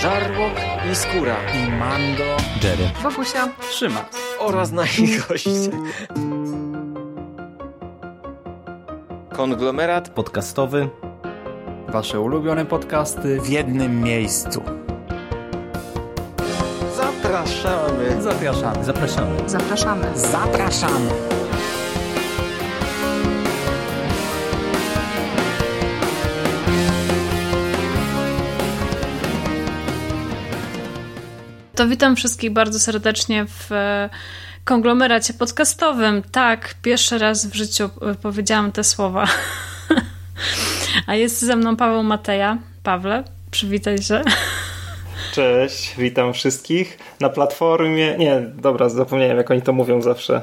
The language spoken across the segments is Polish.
Żarłok i Skóra i Mando, Jerry, Wokusia, Szymas oraz nasi goście. Konglomerat podcastowy. Wasze ulubione podcasty w jednym miejscu. Zapraszamy. Zapraszamy. Zapraszamy. zapraszamy. Zapraszamy. To witam wszystkich bardzo serdecznie w konglomeracie podcastowym. Tak, pierwszy raz w życiu powiedziałam te słowa. A jest ze mną Paweł Mateja. Pawle, przywitaj się. Cześć, witam wszystkich na platformie. Nie, dobra, zapomniałem, jak oni to mówią zawsze.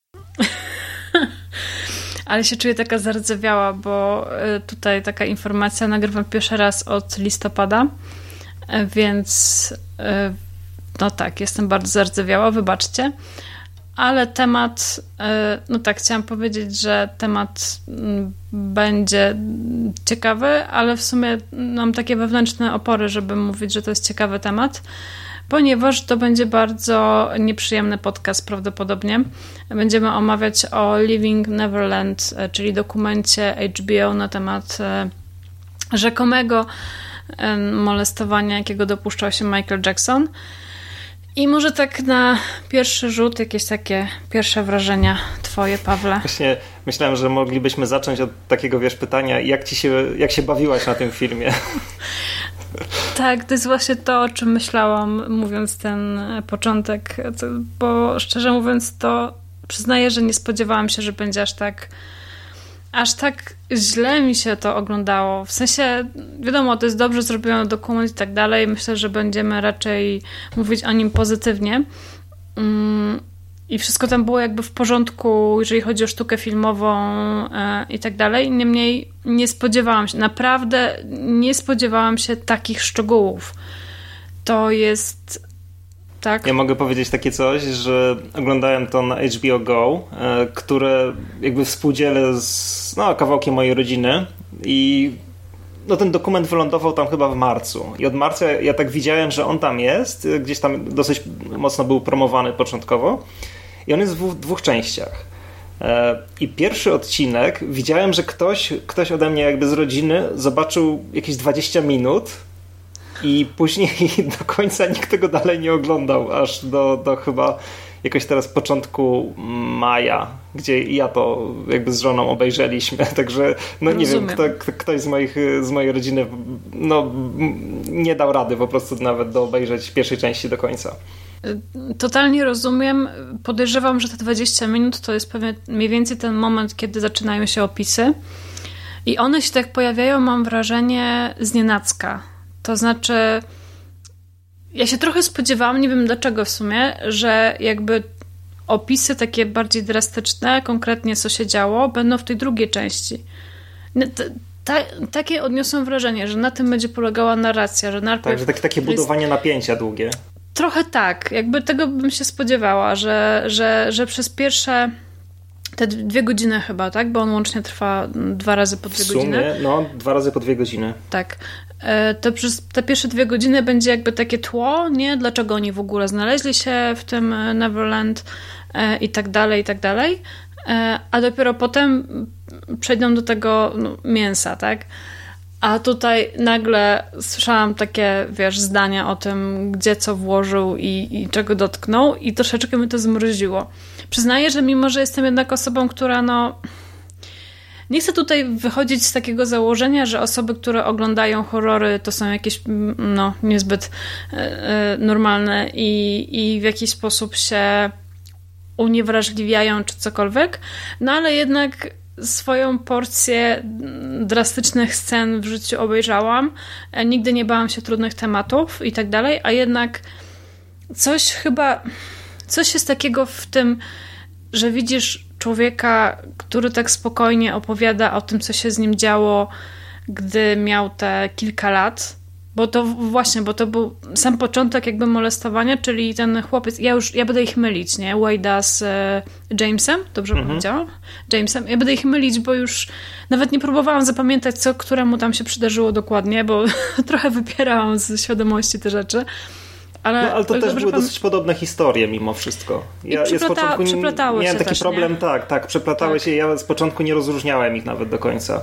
Ale się czuję taka zardzewiała, bo tutaj taka informacja, nagrywam pierwszy raz od listopada, więc no tak, jestem bardzo zardzewiała, wybaczcie. Ale temat, no tak, chciałam powiedzieć, że temat będzie ciekawy, ale w sumie mam takie wewnętrzne opory, żeby mówić, że to jest ciekawy temat, ponieważ to będzie bardzo nieprzyjemny podcast prawdopodobnie. Będziemy omawiać o Leaving Neverland, czyli dokumencie HBO na temat rzekomego molestowania, jakiego dopuszczał się Michael Jackson. I może tak na pierwszy rzut jakieś takie pierwsze wrażenia twoje, Pawle? Właśnie myślałem, że moglibyśmy zacząć od takiego, pytania, jak się bawiłaś na tym filmie? Tak, to jest właśnie to, o czym myślałam, mówiąc ten początek, bo szczerze mówiąc to przyznaję, że nie spodziewałam się, że będzie aż tak źle mi się to oglądało. W sensie, wiadomo, to jest dobrze zrobiony dokument i tak dalej. Myślę, że będziemy raczej mówić o nim pozytywnie. I wszystko tam było jakby w porządku, jeżeli chodzi o sztukę filmową i tak dalej. Niemniej nie spodziewałam się, naprawdę nie spodziewałam się takich szczegółów. To jest... Tak. Ja mogę powiedzieć takie coś, że oglądałem to na HBO Go, które jakby współdzielę z kawałkiem mojej rodziny i ten dokument wylądował tam chyba w marcu. I od marca ja tak widziałem, że on tam jest, gdzieś tam dosyć mocno był promowany początkowo i on jest w dwóch częściach. I pierwszy odcinek widziałem, że ktoś ode mnie jakby z rodziny zobaczył jakieś 20 minut i później do końca nikt tego dalej nie oglądał, aż do chyba jakoś teraz początku maja, gdzie ja to jakby z żoną obejrzeliśmy, także nie wiem, ktoś z mojej rodziny nie dał rady po prostu nawet obejrzeć pierwszej części do końca. Totalnie rozumiem. Podejrzewam, że te 20 minut to jest pewnie mniej więcej ten moment, kiedy zaczynają się opisy i one się tak pojawiają, mam wrażenie, znienacka. To znaczy, ja się trochę spodziewałam, nie wiem dlaczego w sumie, że jakby opisy takie bardziej drastyczne, konkretnie co się działo, będą w tej drugiej części. Takie odniosłam wrażenie, że na tym będzie polegała narracja, że najpierw... Tak, że takie budowanie napięcia długie. Trochę tak, jakby tego bym się spodziewała, że przez pierwsze... Te 2 godziny chyba, tak? Bo on łącznie trwa 2 razy po 2 godziny. W sumie, 2 razy po 2 godziny. Tak. To przez te pierwsze 2 godziny będzie jakby takie tło, nie? Dlaczego oni w ogóle znaleźli się w tym Neverland i tak dalej, i tak dalej. A dopiero potem przejdą do tego mięsa, tak? A tutaj nagle słyszałam takie, zdania o tym, gdzie co włożył i czego dotknął i troszeczkę mi to zmroziło. Przyznaję, że mimo, że jestem jednak osobą, która nie chcę tutaj wychodzić z takiego założenia, że osoby, które oglądają horrory, to są jakieś niezbyt normalne i w jakiś sposób się uniewrażliwiają czy cokolwiek, ale jednak swoją porcję drastycznych scen w życiu obejrzałam. Nigdy nie bałam się trudnych tematów i tak dalej, a jednak coś jest takiego w tym, że widzisz człowieka, który tak spokojnie opowiada o tym, co się z nim działo, gdy miał te kilka lat Bo to był sam początek jakby molestowania, czyli ten chłopiec, ja będę ich mylić, nie? Wade'a z Jamesem, dobrze powiedziałam? Jamesem. Ja będę ich mylić, bo już nawet nie próbowałam zapamiętać, co któremu tam się przydarzyło dokładnie, bo trochę wypierałam z świadomości te rzeczy. Ale to też były dosyć podobne historie mimo wszystko. Ja z początku miałem taki problem, tak, przeplatały się. Ja z początku nie rozróżniałem ich nawet do końca.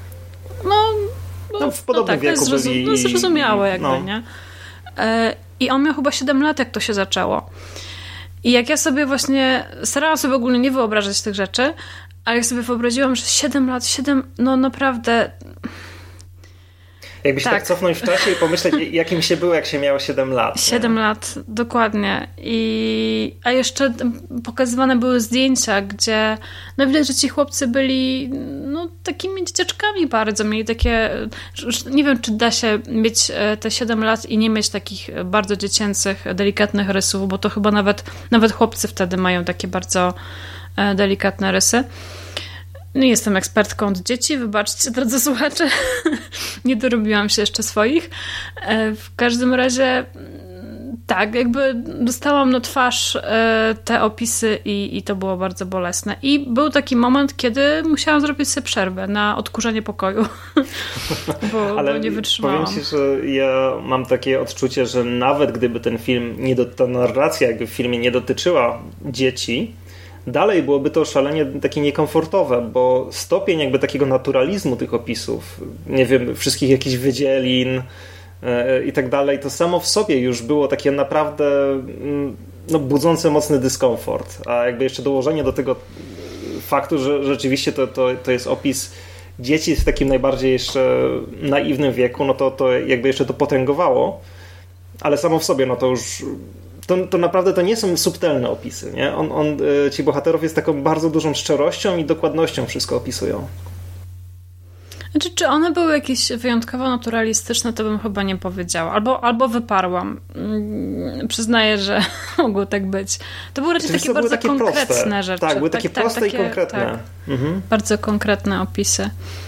No w podobnym wieku byli. No zrozumiałe jakby, nie? I on miał chyba 7 lat, jak to się zaczęło. I jak ja sobie właśnie starałam sobie ogólnie nie wyobrażać tych rzeczy, ale jak sobie wyobraziłam, że 7 lat, no naprawdę... Jakby się tak cofnąć w czasie i pomyśleć, jakim się było, jak się miało 7 lat. 7 lat, dokładnie. A jeszcze pokazywane były zdjęcia, gdzie no widać, że ci chłopcy byli takimi dzieciaczkami bardzo. Mieli takie... Nie wiem, czy da się mieć te 7 lat i nie mieć takich bardzo dziecięcych, delikatnych rysów, bo to chyba nawet chłopcy wtedy mają takie bardzo delikatne rysy. Nie jestem ekspertką od dzieci, wybaczcie, drodzy słuchacze. Nie dorobiłam się jeszcze swoich. W każdym razie tak, jakby dostałam na twarz te opisy i to było bardzo bolesne. I był taki moment, kiedy musiałam zrobić sobie przerwę na odkurzanie pokoju, bo nie wytrzymałam. Powiem ci, że ja mam takie odczucie, że nawet gdyby ta narracja jakby w filmie nie dotyczyła dzieci, dalej byłoby to szalenie takie niekomfortowe, bo stopień jakby takiego naturalizmu tych opisów, nie wiem, wszystkich jakichś wydzielin i tak dalej, to samo w sobie już było takie naprawdę budzące mocny dyskomfort. A jakby jeszcze dołożenie do tego faktu, że rzeczywiście to jest opis dzieci w takim najbardziej jeszcze naiwnym wieku, no to jakby jeszcze to potęgowało, ale samo w sobie, no to już... To naprawdę to nie są subtelne opisy, nie? Ci bohaterowie z taką bardzo dużą szczerością i dokładnością wszystko opisują. Znaczy, czy one były jakieś wyjątkowo naturalistyczne, to bym chyba nie powiedziała. Albo wyparłam. Przyznaję, że mogło tak być. To były raczej takie bardzo konkretne proste rzeczy. Tak, były takie proste i konkretne. Tak. Bardzo konkretne opisy.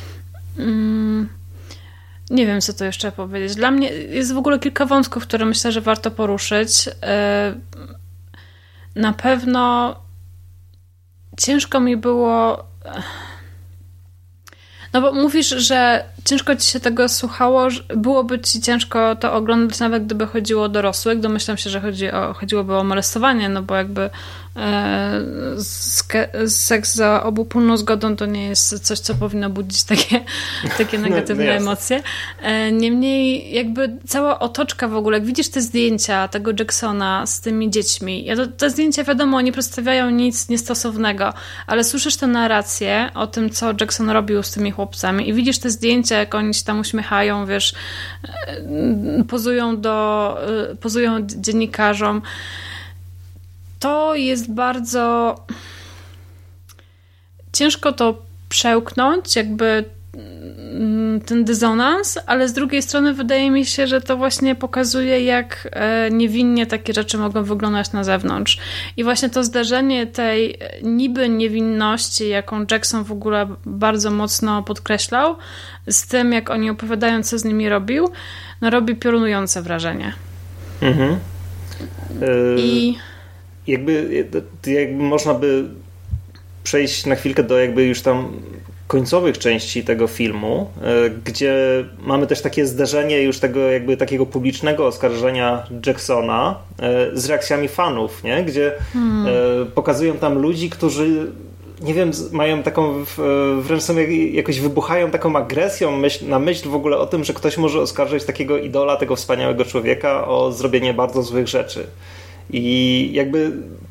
Nie wiem, co tu jeszcze powiedzieć. Dla mnie jest w ogóle kilka wątków, które myślę, że warto poruszyć. Na pewno ciężko mi było... No bo mówisz, że ciężko ci się tego słuchało, byłoby ci ciężko to oglądać, nawet gdyby chodziło o dorosłych. Domyślam się, że chodziłoby o molestowanie, no bo jakby seks za obopólną zgodą to nie jest coś, co powinno budzić takie negatywne emocje. Niemniej jakby cała otoczka w ogóle, jak widzisz te zdjęcia tego Jacksona z tymi dziećmi, te zdjęcia wiadomo, nie przedstawiają nic niestosownego, ale słyszysz tę narrację o tym, co Jackson robił z tymi chłopcami i widzisz te zdjęcia, jak oni się tam uśmiechają, wiesz, pozują dziennikarzom. To jest bardzo ciężko to przełknąć, jakby ten dysonans, ale z drugiej strony wydaje mi się, że to właśnie pokazuje, jak niewinnie takie rzeczy mogą wyglądać na zewnątrz. I właśnie to zdarzenie tej niby niewinności, jaką Jackson w ogóle bardzo mocno podkreślał, z tym, jak oni opowiadają, co z nimi robił, no robi piorunujące wrażenie. I jakby można by przejść na chwilkę do jakby już tam końcowych części tego filmu, gdzie mamy też takie zderzenie już tego jakby takiego publicznego oskarżenia Jacksona z reakcjami fanów, nie? Gdzie pokazują tam ludzi, którzy nie wiem, mają taką, wręcz są jakoś wybuchają taką agresją na myśl w ogóle o tym, że ktoś może oskarżyć takiego idola, tego wspaniałego człowieka o zrobienie bardzo złych rzeczy. I jakby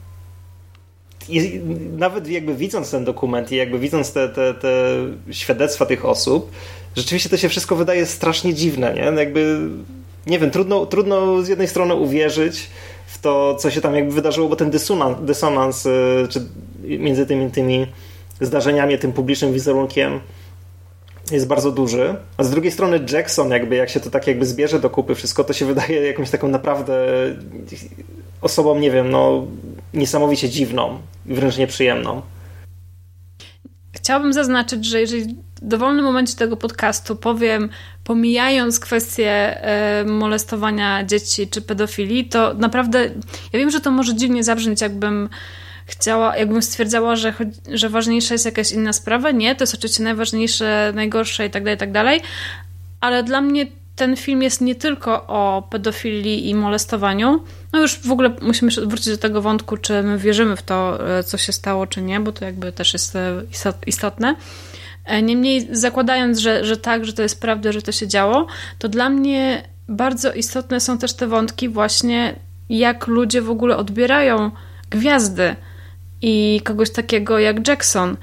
nawet jakby widząc ten dokument i jakby widząc te świadectwa tych osób, rzeczywiście to się wszystko wydaje strasznie dziwne, nie? Jakby, nie wiem, trudno z jednej strony uwierzyć w to, co się tam jakby wydarzyło, bo ten dysonans czy między tymi zdarzeniami, tym publicznym wizerunkiem jest bardzo duży, a z drugiej strony Jackson jakby, jak się to tak jakby zbierze do kupy wszystko, to się wydaje jakąś taką naprawdę osobą, nie wiem, no niesamowicie dziwną i wręcz nieprzyjemną. chciałabym zaznaczyć, że jeżeli w dowolnym momencie tego podcastu powiem, pomijając kwestię molestowania dzieci czy pedofilii, to naprawdę, ja wiem, że to może dziwnie zabrzmieć, jakbym stwierdzała, że ważniejsza jest jakaś inna sprawa. Nie, to jest oczywiście najważniejsze, najgorsze i tak dalej, ale dla mnie ten film jest nie tylko o pedofilii i molestowaniu. No już w ogóle musimy wrócić do tego wątku, czy my wierzymy w to, co się stało, czy nie, bo to jakby też jest istotne. Niemniej zakładając, że tak, że to jest prawda, że to się działo, to dla mnie bardzo istotne są też te wątki właśnie, jak ludzie w ogóle odbierają gwiazdy i kogoś takiego jak Jackson.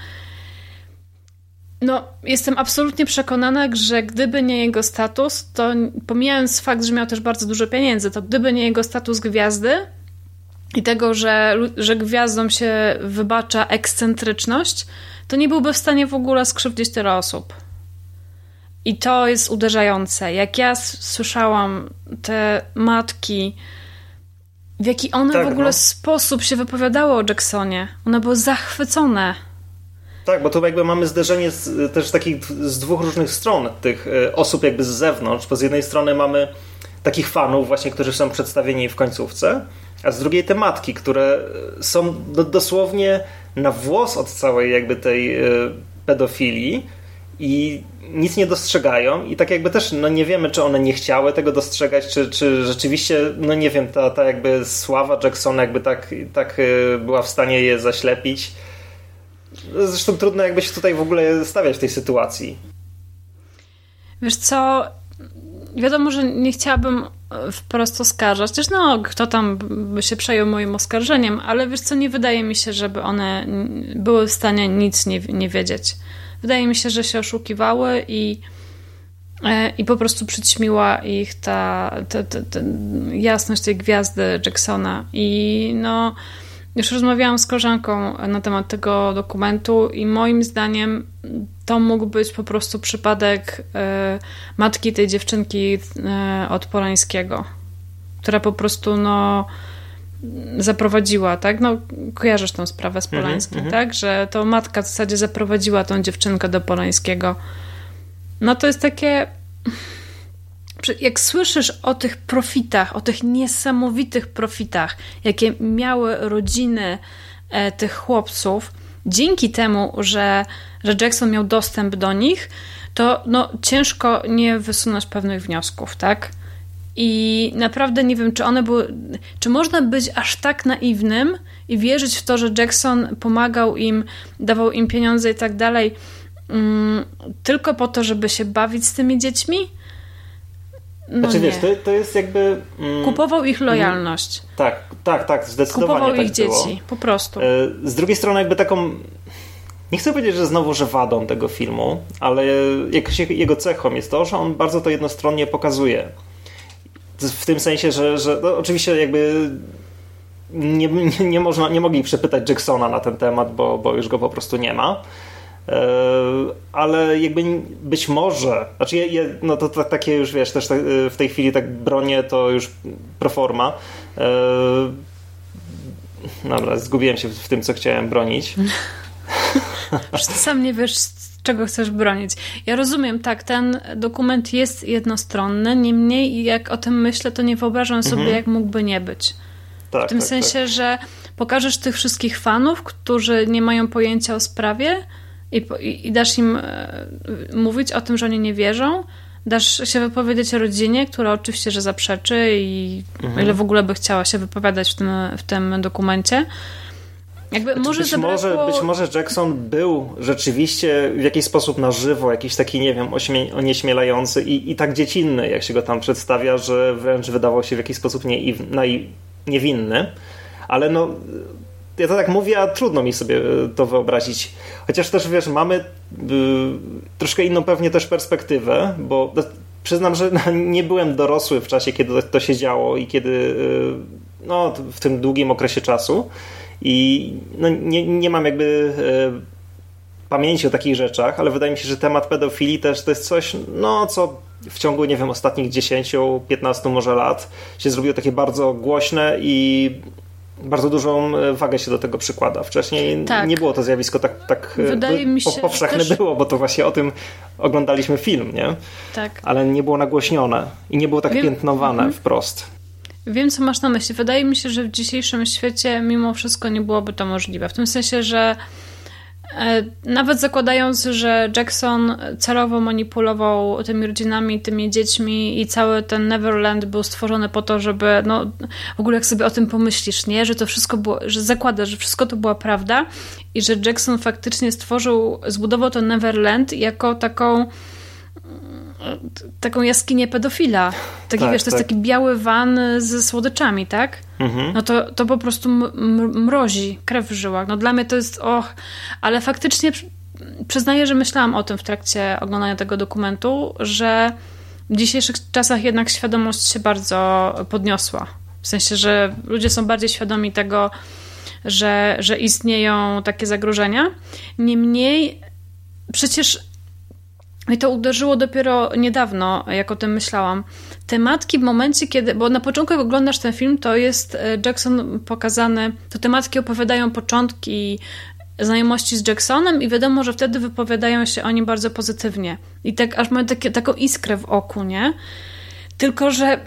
No, jestem absolutnie przekonana, że gdyby nie jego status, to pomijając fakt, że miał też bardzo dużo pieniędzy, to gdyby nie jego status gwiazdy i tego, że gwiazdom się wybacza ekscentryczność, to nie byłby w stanie w ogóle skrzywdzić tyle osób. I to jest uderzające. Jak ja słyszałam te matki, w jaki one w ogóle sposób się wypowiadały o Jacksonie. One były zachwycone. Tak, bo tu jakby mamy zderzenie też takich z dwóch różnych stron tych osób jakby z zewnątrz, bo z jednej strony mamy takich fanów właśnie, którzy są przedstawieni w końcówce, a z drugiej te matki, które są dosłownie na włos od całej jakby tej pedofilii i nic nie dostrzegają i tak jakby też nie wiemy, czy one nie chciały tego dostrzegać, czy rzeczywiście, nie wiem, ta jakby sława Jacksona jakby tak była w stanie je zaślepić. Zresztą trudno jakby się tutaj w ogóle stawiać w tej sytuacji. Wiesz co, wiadomo, że nie chciałabym wprost oskarżać. Też kto tam by się przejął moim oskarżeniem, ale wiesz co, nie wydaje mi się, żeby one były w stanie nic nie wiedzieć. Wydaje mi się, że się oszukiwały i po prostu przyćmiła ich ta jasność tej gwiazdy Jacksona. I już rozmawiałam z koleżanką na temat tego dokumentu i moim zdaniem to mógł być po prostu przypadek matki tej dziewczynki od Polańskiego, która po prostu zaprowadziła, tak? Kojarzysz tą sprawę z Polańskim, tak? Że to matka w zasadzie zaprowadziła tą dziewczynkę do Polańskiego. To jest takie... Jak słyszysz o tych profitach, o tych niesamowitych profitach, jakie miały rodziny tych chłopców, dzięki temu, że Jackson miał dostęp do nich, to ciężko nie wysunąć pewnych wniosków, tak? I naprawdę nie wiem, czy można być aż tak naiwnym i wierzyć w to, że Jackson pomagał im, dawał im pieniądze i tak dalej, tylko po to, żeby się bawić z tymi dziećmi? Znaczy wiesz, to jest jakby... Kupował ich lojalność. Tak, zdecydowanie. Kupował tak ich było. dzieci, po prostu. Z drugiej strony jakby taką... Nie chcę powiedzieć, że wadą tego filmu, ale jakoś jego cechą jest to, że on bardzo to jednostronnie pokazuje. W tym sensie, że oczywiście jakby nie mogli przepytać Jacksona na ten temat, bo już go po prostu nie ma. Ale jakby być może, znaczy to takie już wiesz, też w tej chwili tak bronię to już pro forma. Dobra, zgubiłem się w tym, co chciałem bronić. Już ty sam nie wiesz, czego chcesz bronić. Ja rozumiem, tak, ten dokument jest jednostronny, niemniej jak o tym myślę, to nie wyobrażam sobie, jak mógłby nie być. W tym sensie, że pokażesz tych wszystkich fanów, którzy nie mają pojęcia o sprawie i dasz im mówić o tym, że oni nie wierzą, dasz się wypowiedzieć rodzinie, która oczywiście, że zaprzeczy i o ile w ogóle by chciała się wypowiadać w tym dokumencie. Jakby być może Jackson był rzeczywiście w jakiś sposób na żywo, jakiś taki, nie wiem, onieśmielający i tak dziecinny, jak się go tam przedstawia, że wręcz wydawał się w jakiś sposób niewinny. Ale ja to tak mówię, a trudno mi sobie to wyobrazić. Chociaż też, wiesz, mamy troszkę inną pewnie też perspektywę, bo przyznam, że nie byłem dorosły w czasie, kiedy to się działo i kiedy, w tym długim okresie czasu. I nie mam jakby pamięci o takich rzeczach, ale wydaje mi się, że temat pedofilii też to jest coś, co w ciągu, nie wiem, ostatnich 10, 15 może lat się zrobiło takie bardzo głośne i bardzo dużą wagę się do tego przykłada. Wcześniej nie było to zjawisko tak wydaje mi się, powszechne też było, bo to właśnie o tym oglądaliśmy film, nie? Tak. Ale nie było nagłośnione i nie było tak piętnowane wprost. Wiem, co masz na myśli. Wydaje mi się, że w dzisiejszym świecie mimo wszystko nie byłoby to możliwe. W tym sensie, że nawet zakładając, że Jackson celowo manipulował tymi rodzinami, tymi dziećmi i cały ten Neverland był stworzony po to, żeby w ogóle jak sobie o tym pomyślisz, nie? Że to wszystko było, że zakłada, że wszystko to była prawda i że Jackson faktycznie zbudował ten Neverland jako taką jaskinię pedofila. To jest taki biały van ze słodyczami, tak? Mhm. No to po prostu mrozi krew w żyłach. No dla mnie to jest ale faktycznie przyznaję, że myślałam o tym w trakcie oglądania tego dokumentu, że w dzisiejszych czasach jednak świadomość się bardzo podniosła. W sensie, że ludzie są bardziej świadomi tego, że istnieją takie zagrożenia. Niemniej przecież mnie to uderzyło dopiero niedawno, jak o tym myślałam. Te matki w momencie, kiedy... Bo na początku, jak oglądasz ten film, to jest Jackson pokazany... To te matki opowiadają początki znajomości z Jacksonem i wiadomo, że wtedy wypowiadają się o nim bardzo pozytywnie. I tak aż mają taką iskrę w oku, nie? Tylko, że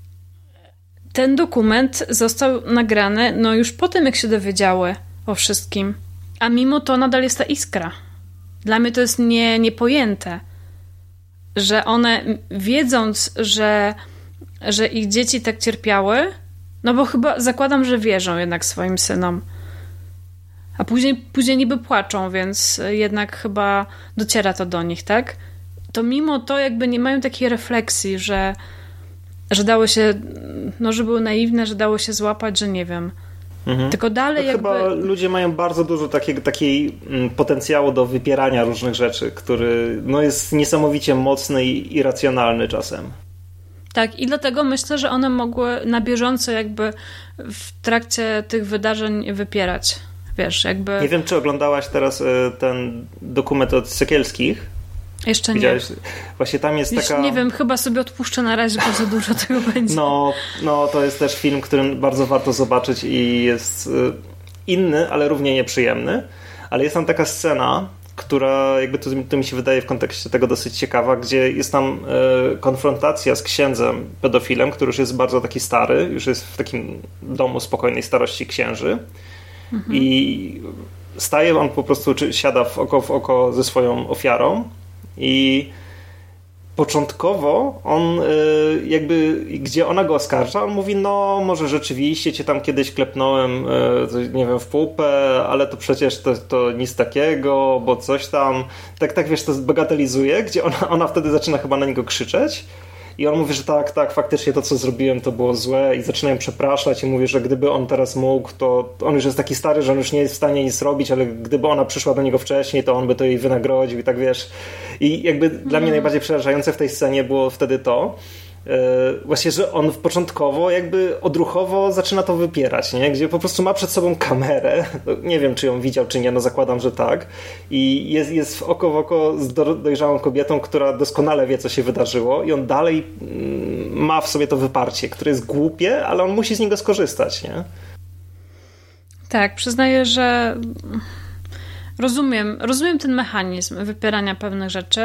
ten dokument został nagrany już po tym, jak się dowiedziały o wszystkim. A mimo to nadal jest ta iskra. Dla mnie to jest niepojęte, że one wiedząc, że ich dzieci tak cierpiały, bo chyba zakładam, że wierzą jednak swoim synom. A później niby płaczą, więc jednak chyba dociera to do nich, tak? To mimo to jakby nie mają takiej refleksji, że dało się, że były naiwne, że dało się złapać, że nie wiem. Mhm. Tylko dalej Chyba ludzie mają bardzo dużo takiej potencjału do wypierania różnych rzeczy, który jest niesamowicie mocny i irracjonalny czasem. Tak, i dlatego myślę, że one mogły na bieżąco jakby w trakcie tych wydarzeń wypierać. Wiesz, jakby... Nie wiem, czy oglądałaś teraz ten dokument od Sekielskich? Jeszcze Widziałeś? nie. Właśnie tam jest taka... Nie wiem, chyba sobie odpuszczę na razie, bo za dużo tego będzie. To jest też film, który bardzo warto zobaczyć i jest inny, ale równie nieprzyjemny. Ale jest tam taka scena, która jakby to mi się wydaje w kontekście tego dosyć ciekawa, gdzie jest tam konfrontacja z księdzem pedofilem, który już jest bardzo taki stary, już jest w takim domu spokojnej starości księży. Mhm. I staje on po prostu, czy siada w oko ze swoją ofiarą i początkowo on jakby, gdzie ona go oskarża, on mówi, może rzeczywiście cię tam kiedyś klepnąłem, nie wiem, w pupę, ale to przecież to nic takiego, bo coś tam, tak wiesz, to bagatelizuje, gdzie ona wtedy zaczyna chyba na niego krzyczeć. I on mówi, że tak, faktycznie to, co zrobiłem, to było złe i zaczynają przepraszać i mówi, że gdyby on teraz mógł, to on już jest taki stary, że on już nie jest w stanie nic robić, ale gdyby ona przyszła do niego wcześniej, to on by to jej wynagrodził i tak wiesz. I jakby dla mnie najbardziej przerażające w tej scenie było wtedy to, właśnie, że on początkowo jakby odruchowo zaczyna to wypierać, nie? Gdzie po prostu ma przed sobą kamerę, nie wiem, czy ją widział, czy nie, zakładam, że tak, i jest oko w oko z dojrzałą kobietą, która doskonale wie, co się wydarzyło i on dalej ma w sobie to wyparcie, które jest głupie, ale on musi z niego skorzystać, nie? Tak, przyznaję, że rozumiem ten mechanizm wypierania pewnych rzeczy.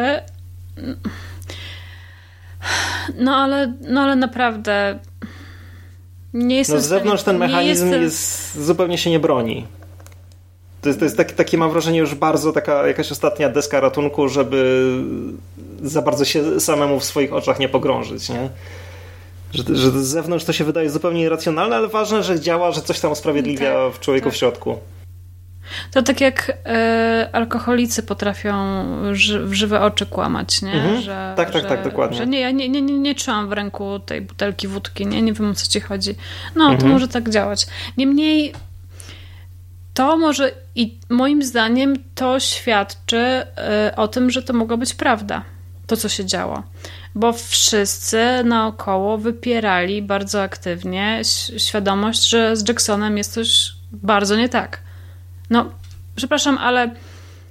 Ale naprawdę nie jestem z zewnątrz ten mechanizm zupełnie się nie broni. To jest takie, mam wrażenie, już bardzo taka jakaś ostatnia deska ratunku, żeby za bardzo się samemu w swoich oczach nie pogrążyć, nie? Że z zewnątrz to się wydaje zupełnie irracjonalne, ale ważne, że działa, że coś tam usprawiedliwia w człowieku w środku. To tak jak alkoholicy potrafią w żywe oczy kłamać, nie? Mhm. Tak, dokładnie. Że ja nie trzymam w ręku tej butelki wódki, nie wiem, o co ci chodzi. To może tak działać. Niemniej to może i moim zdaniem to świadczy o tym, że to mogła być prawda, to co się działo. Bo wszyscy naokoło wypierali bardzo aktywnie świadomość, że z Jacksonem jest coś bardzo nie tak. Przepraszam, ale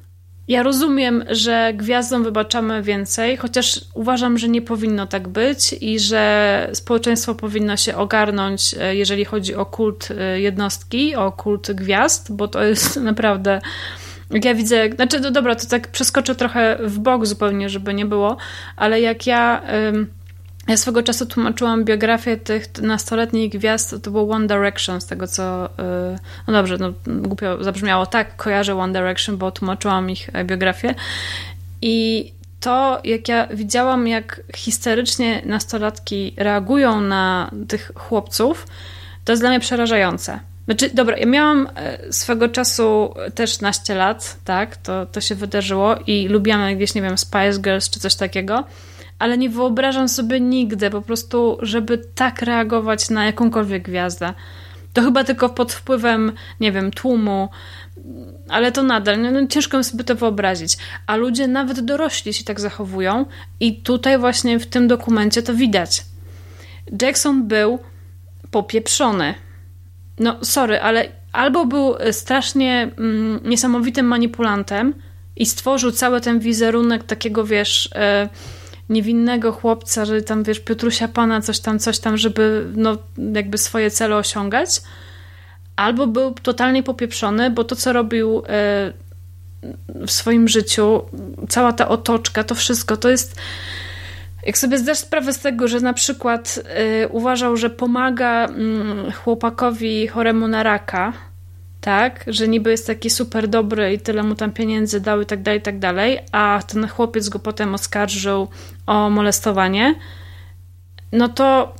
Ja rozumiem, że gwiazdom wybaczamy więcej, chociaż uważam, że nie powinno tak być i że społeczeństwo powinno się ogarnąć, jeżeli chodzi o kult jednostki, o kult gwiazd, bo to jest naprawdę... Jak ja widzę... Znaczy, no dobra, to tak przeskoczę trochę w bok zupełnie, żeby nie było, ale jak ja swego czasu tłumaczyłam biografię tych nastoletnich gwiazd, to było One Direction, z tego co... No dobrze, no głupio zabrzmiało. Tak, kojarzę One Direction, bo tłumaczyłam ich biografię. I to, jak ja widziałam, jak histerycznie nastolatki reagują na tych chłopców, to jest dla mnie przerażające. Znaczy, dobra, ja miałam swego czasu też naście lat, tak, to się wydarzyło i lubiłam gdzieś, nie wiem, Spice Girls czy coś takiego, ale nie wyobrażam sobie nigdy po prostu, żeby tak reagować na jakąkolwiek gwiazdę. To chyba tylko pod wpływem, nie wiem, tłumu, ale to nadal, no, ciężko mi sobie to wyobrazić. A ludzie, nawet dorośli, się tak zachowują i tutaj właśnie w tym dokumencie to widać. Jackson był popieprzony. No, sorry, ale albo był strasznie niesamowitym manipulantem i stworzył cały ten wizerunek takiego, wiesz, niewinnego chłopca, że tam, wiesz, Piotrusia Pana, coś tam, żeby no, jakby swoje cele osiągać, albo był totalnie popieprzony, bo to, co robił w swoim życiu, cała ta otoczka, to wszystko, to jest... Jak sobie zdasz sprawę z tego, że na przykład uważał, że pomaga chłopakowi choremu na raka, tak, że niby jest taki super dobry i tyle mu tam pieniędzy dał i tak dalej, a ten chłopiec go potem oskarżył o molestowanie, no to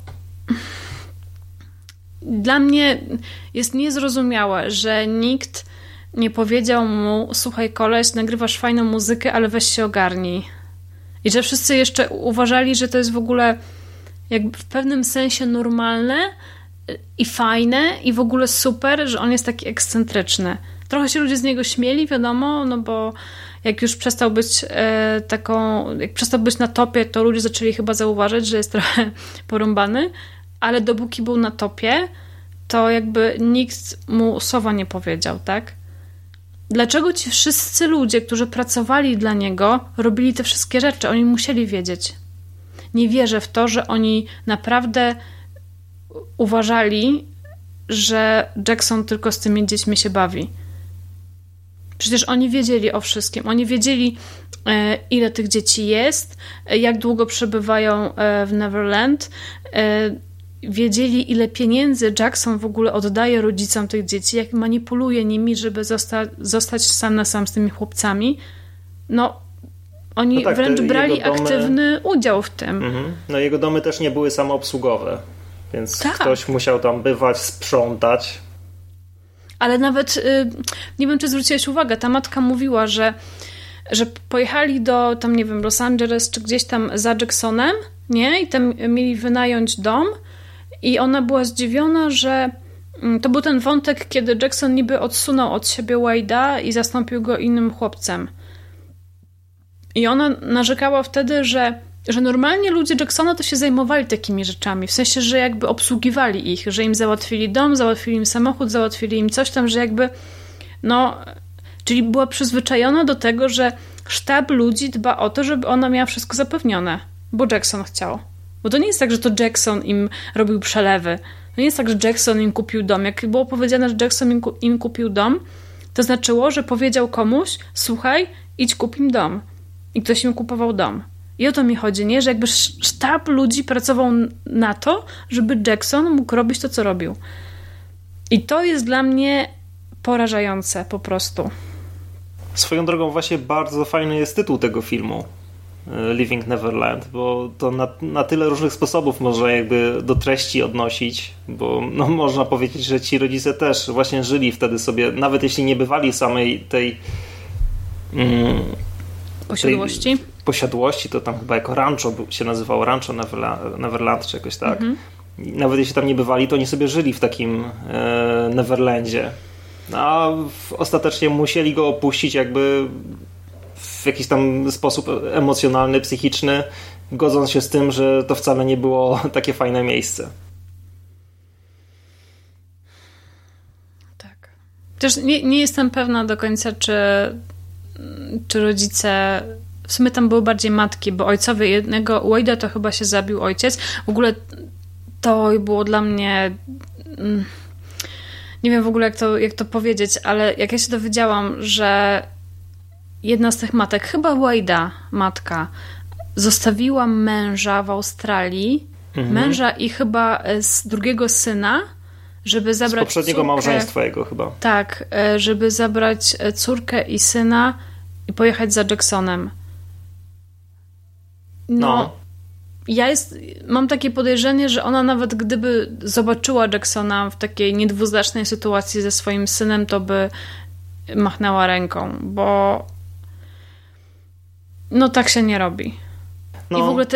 dla mnie jest niezrozumiałe, że nikt nie powiedział mu: słuchaj koleś, nagrywasz fajną muzykę, ale weź się ogarnij. I że wszyscy jeszcze uważali, że to jest w ogóle jakby w pewnym sensie normalne i fajne i w ogóle super, że on jest taki ekscentryczny. Trochę się ludzie z niego śmieli, wiadomo, no bo jak już przestał być jak przestał być na topie, to ludzie zaczęli chyba zauważyć, że jest trochę porąbany, ale dopóki był na topie, to jakby nikt mu słowa nie powiedział, tak? Dlaczego ci wszyscy ludzie, którzy pracowali dla niego, robili te wszystkie rzeczy? Oni musieli wiedzieć. Nie wierzę w to, że oni naprawdę uważali, że Jackson tylko z tymi dziećmi się bawi. Przecież oni wiedzieli o wszystkim. Oni wiedzieli, ile tych dzieci jest, jak długo przebywają w Neverland, wiedzieli, ile pieniędzy Jackson w ogóle oddaje rodzicom tych dzieci, jak manipuluje nimi, żeby zostać sam na sam z tymi chłopcami. No, oni no tak, wręcz brali aktywny udział w tym. No jego domy też nie były samoobsługowe, więc tak. Ktoś musiał tam bywać, sprzątać. Ale nawet, nie wiem, czy zwróciłeś uwagę, ta matka mówiła, że pojechali do, tam nie wiem, Los Angeles, czy gdzieś tam za Jacksonem, nie? I tam mieli wynająć dom. I ona była zdziwiona, że to był ten wątek, kiedy Jackson niby odsunął od siebie Wade'a i zastąpił go innym chłopcem. I ona narzekała wtedy, że normalnie ludzie Jacksona to się zajmowali takimi rzeczami. W sensie, że jakby obsługiwali ich, że im załatwili dom, załatwili im samochód, załatwili im coś tam, że jakby no... Czyli była przyzwyczajona do tego, że sztab ludzi dba o to, żeby ona miała wszystko zapewnione. Bo Jackson chciał. Bo to nie jest tak, że to Jackson im robił przelewy. To nie jest tak, że Jackson im kupił dom. Jak było powiedziane, że Jackson im kupił dom, to znaczyło, że powiedział komuś: słuchaj, idź kup im dom. I ktoś im kupował dom. I o to mi chodzi, nie? Że jakby sztab ludzi pracował na to, żeby Jackson mógł robić to, co robił. I to jest dla mnie porażające po prostu. Swoją drogą właśnie bardzo fajny jest tytuł tego filmu. Living Neverland, bo to na tyle różnych sposobów można jakby do treści odnosić, bo no, można powiedzieć, że ci rodzice też właśnie żyli wtedy sobie, nawet jeśli nie bywali samej tej posiadłości, to tam chyba jako rancho się nazywało, Rancho Neverland czy jakoś tak. Nawet jeśli tam nie bywali, to oni sobie żyli w takim Neverlandzie. A ostatecznie musieli go opuścić jakby w jakiś tam sposób emocjonalny, psychiczny, godząc się z tym, że to wcale nie było takie fajne miejsce. Tak. Też nie jestem pewna do końca, czy czy rodzice, w sumie tam były bardziej matki, bo ojcowie jednego Wade'a to chyba się zabił ojciec. W ogóle to było dla mnie... Nie wiem w ogóle jak to powiedzieć, ale jak ja się dowiedziałam, że jedna z tych matek, chyba Wade'a matka, zostawiła męża w Australii, męża i chyba z drugiego syna, żeby zabrać z poprzedniego córkę, małżeństwa jego chyba. Tak, żeby zabrać córkę i syna i pojechać za Jacksonem. Mam takie podejrzenie, że ona nawet gdyby zobaczyła Jacksona w takiej niedwuznacznej sytuacji ze swoim synem, to by machnęła ręką, bo tak się nie robi. I w ogóle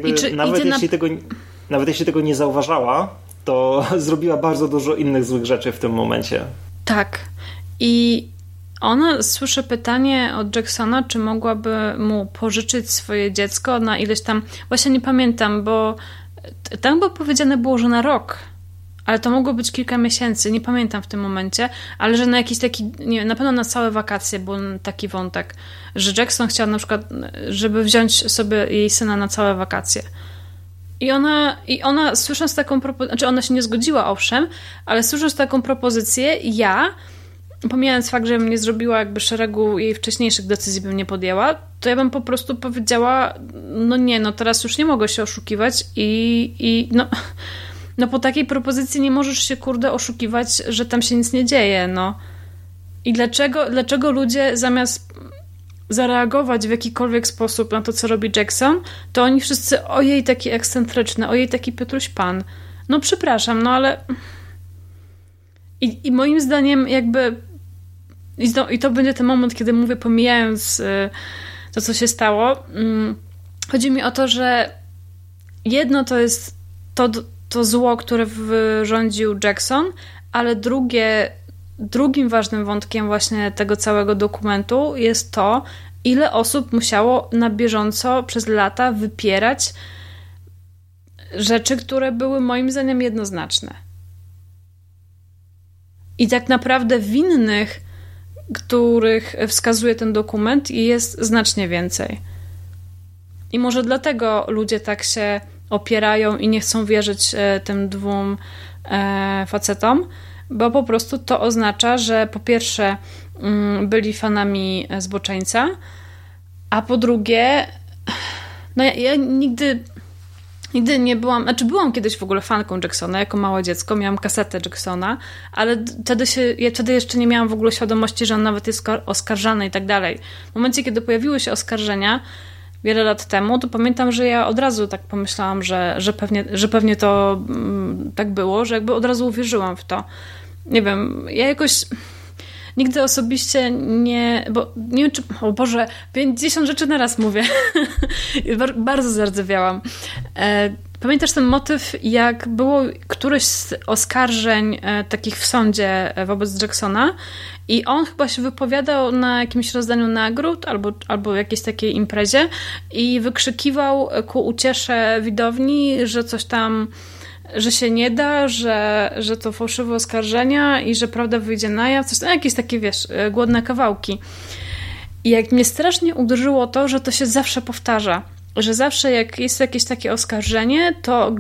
nawet jeśli tego nie zauważała, to zrobiła bardzo dużo innych złych rzeczy w tym momencie. Tak. I ona słyszy pytanie od Jacksona, czy mogłaby mu pożyczyć swoje dziecko na ileś tam... Właśnie nie pamiętam, bo tam było powiedziane że na rok, ale to mogło być kilka miesięcy, nie pamiętam w tym momencie, ale że na jakiś taki, nie wiem, na pewno na całe wakacje był taki wątek, że Jackson chciał na przykład, żeby wziąć sobie jej syna na całe wakacje. I ona słysząc taką propozycję, znaczy ona się nie zgodziła, owszem, ale słysząc taką propozycję, pomijając fakt, że bym nie zrobiła jakby szeregu jej wcześniejszych decyzji bym nie podjęła, to ja bym po prostu powiedziała, teraz już nie mogę się oszukiwać i po takiej propozycji nie możesz się, oszukiwać, że tam się nic nie dzieje, I dlaczego ludzie zamiast zareagować w jakikolwiek sposób na to, co robi Jackson, to oni wszyscy, ojej, taki ekscentryczny, ojej, taki Piotruś Pan. Przepraszam, ale... I moim zdaniem jakby... I to będzie ten moment, kiedy mówię, pomijając to, co się stało. Chodzi mi o to, że jedno to jest to zło, które wyrządził Jackson, ale drugim ważnym wątkiem właśnie tego całego dokumentu jest to, ile osób musiało na bieżąco przez lata wypierać rzeczy, które były moim zdaniem jednoznaczne. I tak naprawdę winnych, których wskazuje ten dokument, jest znacznie więcej. I może dlatego ludzie tak się opierają i nie chcą wierzyć tym dwóm facetom, bo po prostu to oznacza, że po pierwsze byli fanami zboczeńca, a po drugie ja nigdy nie byłam, byłam kiedyś w ogóle fanką Jacksona, jako małe dziecko, miałam kasetę Jacksona, ale wtedy jeszcze nie miałam w ogóle świadomości, że on nawet jest oskarżany i tak dalej. W momencie, kiedy pojawiły się oskarżenia wiele lat temu, to pamiętam, że ja od razu tak pomyślałam, że pewnie to tak było, że jakby od razu uwierzyłam w to. Nie wiem, ja jakoś nigdy osobiście bo nie wiem, czy... O Boże, 50 rzeczy naraz mówię. Bardzo zardzewiałam. Pamiętasz ten motyw, jak było któreś z oskarżeń takich w sądzie wobec Jacksona i on chyba się wypowiadał na jakimś rozdaniu nagród albo jakiejś takiej imprezie i wykrzykiwał ku uciesze widowni, że coś tam, że się nie da, że to fałszywe oskarżenia i że prawda wyjdzie na jaw, jakieś takie, wiesz, głodne kawałki. I jak mnie strasznie uderzyło to, że to się zawsze powtarza, że zawsze jak jest jakieś takie oskarżenie, to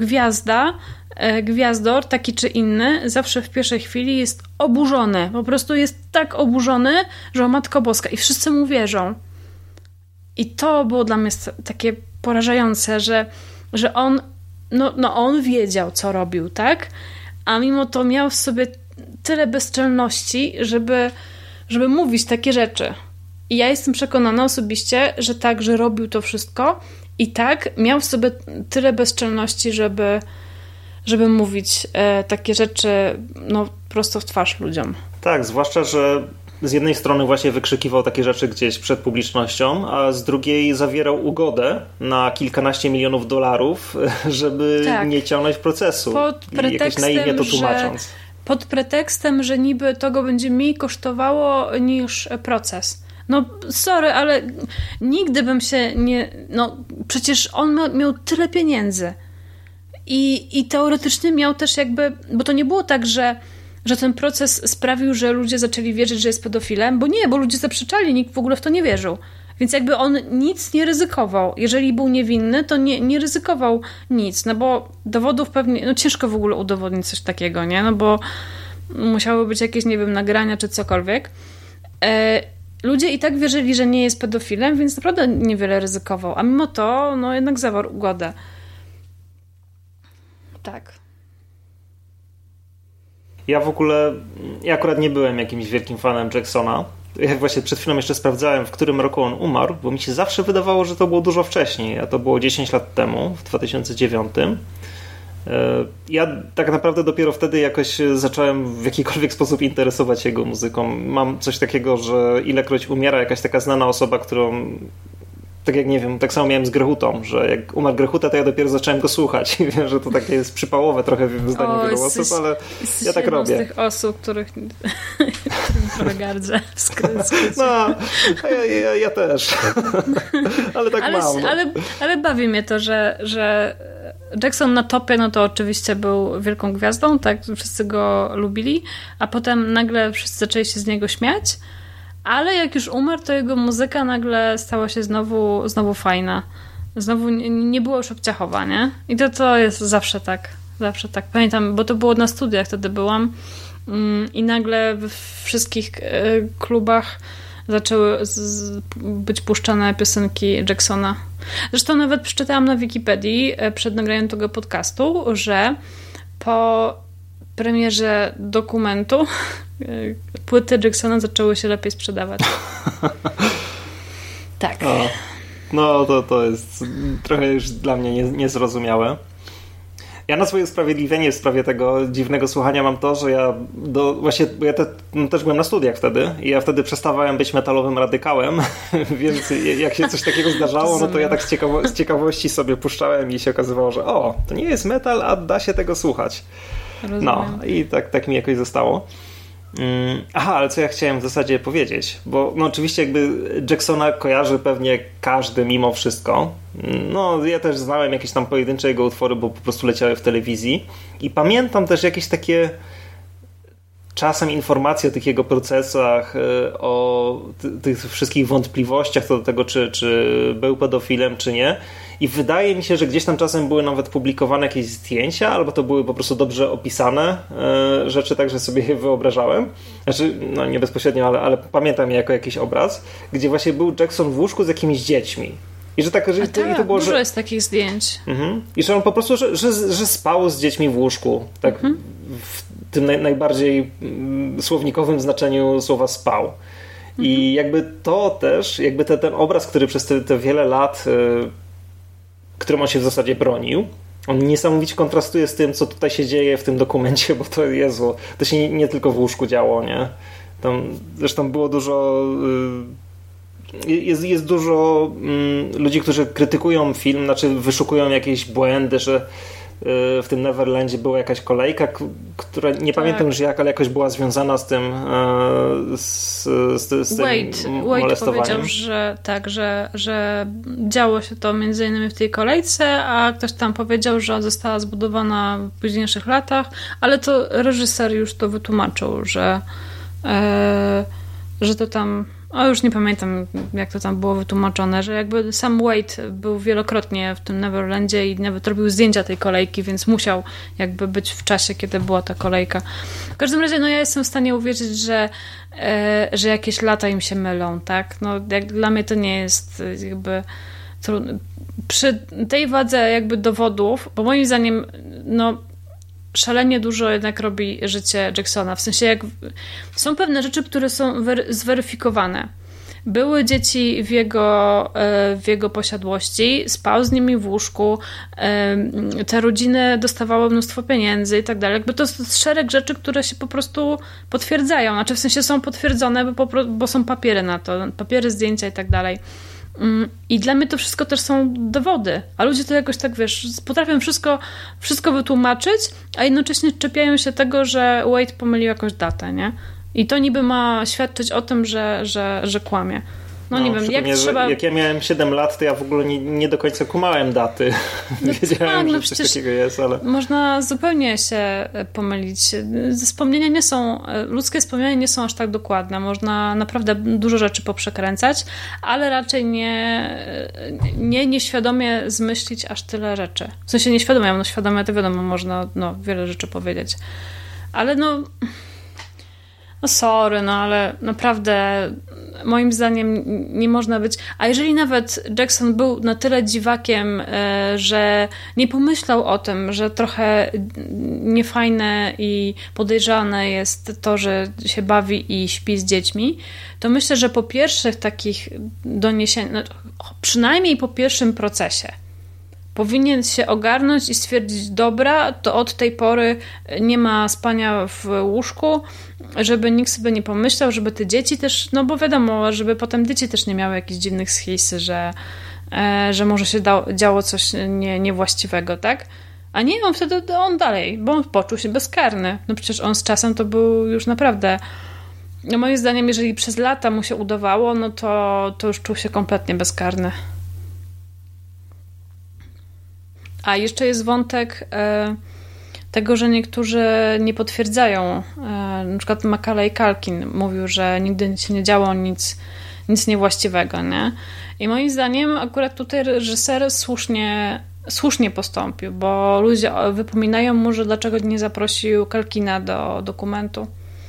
gwiazdor, taki czy inny, zawsze w pierwszej chwili jest oburzony. Po prostu jest tak oburzony, że o Matko Boska i wszyscy mu wierzą. I to było dla mnie takie porażające, że on on wiedział, co robił, tak? A mimo to miał w sobie tyle bezczelności, żeby mówić takie rzeczy. I ja jestem przekonana osobiście, że tak, że robił to wszystko i tak miał w sobie tyle bezczelności, żeby mówić takie rzeczy prosto w twarz ludziom. Tak, zwłaszcza, że z jednej strony właśnie wykrzykiwał takie rzeczy gdzieś przed publicznością, a z drugiej zawierał ugodę na kilkanaście milionów dolarów, żeby nie ciągnąć procesu. I jakoś naiwnie to tłumacząc. Pod pretekstem, że niby to go będzie mniej kosztowało niż proces. Sorry, ale nigdy bym się nie... przecież on miał tyle pieniędzy. I teoretycznie miał też jakby... Bo to nie było tak, że że ten proces sprawił, że ludzie zaczęli wierzyć, że jest pedofilem, bo nie, bo ludzie zaprzeczali, nikt w ogóle w to nie wierzył. Więc jakby on nic nie ryzykował. Jeżeli był niewinny, to nie ryzykował nic, no bo dowodów pewnie, no ciężko w ogóle udowodnić coś takiego, nie? No bo musiały być jakieś, nie wiem, nagrania czy cokolwiek. Ludzie i tak wierzyli, że nie jest pedofilem, więc naprawdę niewiele ryzykował. A mimo to, no jednak zawarł ugodę. Tak. Ja akurat nie byłem jakimś wielkim fanem Jacksona. Ja właśnie przed chwilą jeszcze sprawdzałem, w którym roku on umarł, bo mi się zawsze wydawało, że to było dużo wcześniej, a to było 10 lat temu, w 2009. Ja tak naprawdę dopiero wtedy jakoś zacząłem w jakikolwiek sposób interesować jego muzyką. Mam coś takiego, że ilekroć umiera jakaś taka znana osoba, którą tak jak nie wiem, tak samo miałem z Grehutą, że jak umarł Grehuta, to ja dopiero zacząłem go słuchać. I wiem, że to takie jest przypałowe trochę w zdaniu wielu osób, ale ja tak robię. Z tych osób, których trochę gardzę. No, ja też. Ale tak mam. No. Ale bawi mnie to, że Jackson na topie, no to oczywiście był wielką gwiazdą, tak? Wszyscy go lubili, a potem nagle wszyscy zaczęli się z niego śmiać. Ale jak już umarł, to jego muzyka nagle stała się znowu fajna. Znowu nie było już obciachowa, nie? I to jest zawsze tak. Zawsze tak. Pamiętam, bo to było na studiach, wtedy byłam i nagle w wszystkich klubach zaczęły być puszczane piosenki Jacksona. Zresztą nawet przeczytałam na Wikipedii przed nagraniem tego podcastu, że po premierze dokumentu płyty Jacksona zaczęły się lepiej sprzedawać. Tak. No to jest trochę już dla mnie niezrozumiałe. Ja na swoje usprawiedliwienie w sprawie tego dziwnego słuchania mam to, że bo ja też byłem na studiach wtedy i ja wtedy przestawałem być metalowym radykałem, więc jak się coś takiego zdarzało, no to ja tak z ciekawości sobie puszczałem i się okazywało, że to nie jest metal, a da się tego słuchać. Rozumiem. No i tak mi jakoś zostało. Aha, ale co ja chciałem w zasadzie powiedzieć, bo no oczywiście jakby Jacksona kojarzy pewnie każdy mimo wszystko. No ja też znałem jakieś tam pojedyncze jego utwory, bo po prostu leciały w telewizji i pamiętam też jakieś takie czasem informacje o tych jego procesach, o tych wszystkich wątpliwościach co do tego, czy był pedofilem, czy nie. I wydaje mi się, że gdzieś tam czasem były nawet publikowane jakieś zdjęcia, albo to były po prostu dobrze opisane rzeczy, tak, że sobie je wyobrażałem. Znaczy, no nie bezpośrednio, ale pamiętam je jako jakiś obraz, gdzie właśnie był Jackson w łóżku z jakimiś dziećmi. I że tak, że to było, dużo jest takich zdjęć. I że on po prostu, że spał z dziećmi w łóżku. Tak w tym najbardziej słownikowym znaczeniu słowa spał. I jakby to też, jakby ten obraz, który przez te wiele lat którym on się w zasadzie bronił. On niesamowicie kontrastuje z tym, co tutaj się dzieje w tym dokumencie, bo to Jezu, to się nie tylko w łóżku działo, nie? Tam zresztą było dużo jest dużo ludzi, którzy krytykują film, znaczy wyszukują jakieś błędy, że w tym Neverlandzie była jakaś kolejka, która nie pamiętam już jak, ale jakoś była związana z tym z tym Wade powiedział, że działo się to między innymi w tej kolejce, a ktoś tam powiedział, że została zbudowana w późniejszych latach, ale to reżyser już to wytłumaczył, że to tam już nie pamiętam, jak to tam było wytłumaczone, że jakby sam Wade był wielokrotnie w tym Neverlandzie i nawet robił zdjęcia tej kolejki, więc musiał jakby być w czasie, kiedy była ta kolejka. W każdym razie, no ja jestem w stanie uwierzyć, że jakieś lata im się mylą, tak? No jak dla mnie to nie jest jakby trudne. Przy tej wadze jakby dowodów, bo moim zdaniem, no szalenie dużo jednak robi życie Jacksona. W sensie, jak są pewne rzeczy, które są zweryfikowane. Były dzieci w jego posiadłości, spał z nimi w łóżku, te rodziny dostawały mnóstwo pieniędzy i tak dalej. Jakby to jest szereg rzeczy, które się po prostu potwierdzają. Znaczy w sensie są potwierdzone, bo są papiery na to, papiery, zdjęcia i tak dalej. I dla mnie to wszystko też są dowody, a ludzie to jakoś tak, wiesz, potrafią wszystko wytłumaczyć, a jednocześnie czepiają się tego, że Wade pomylił jakąś datę, nie? I to niby ma świadczyć o tym, że kłamie. No nie wiem, jak trzeba... Jak ja miałem 7 lat, to ja w ogóle nie do końca kumałem daty. No Wiedziałem, tak, że coś takiego jest, ale... Można zupełnie się pomylić. Wspomnienia nie są, ludzkie wspomnienia nie są aż tak dokładne. Można naprawdę dużo rzeczy poprzekręcać, ale raczej nieświadomie zmyślić aż tyle rzeczy. W sensie nieświadomie, no świadomie to wiadomo, można wiele rzeczy powiedzieć. Ale no sorry, ale naprawdę moim zdaniem nie można być... A jeżeli nawet Jackson był na tyle dziwakiem, że nie pomyślał o tym, że trochę niefajne i podejrzane jest to, że się bawi i śpi z dziećmi, to myślę, że po pierwszych takich doniesieniach, przynajmniej po pierwszym procesie, powinien się ogarnąć i stwierdzić, dobra, to od tej pory nie ma spania w łóżku, żeby nikt sobie nie pomyślał, żeby te dzieci też, no bo wiadomo, żeby potem dzieci też nie miały jakichś dziwnych schisy, że może się działo coś niewłaściwego, tak? A nie, on dalej, bo on poczuł się bezkarny. No przecież on z czasem to był już naprawdę... No moim zdaniem, jeżeli przez lata mu się udawało, no to już czuł się kompletnie bezkarny. A jeszcze jest wątek tego, że niektórzy nie potwierdzają. Na przykład Macaulay Culkin mówił, że nigdy się nie działo nic niewłaściwego, nie? I moim zdaniem akurat tutaj reżyser słusznie postąpił, bo ludzie wypominają mu, że dlaczego nie zaprosił Culkina do dokumentu.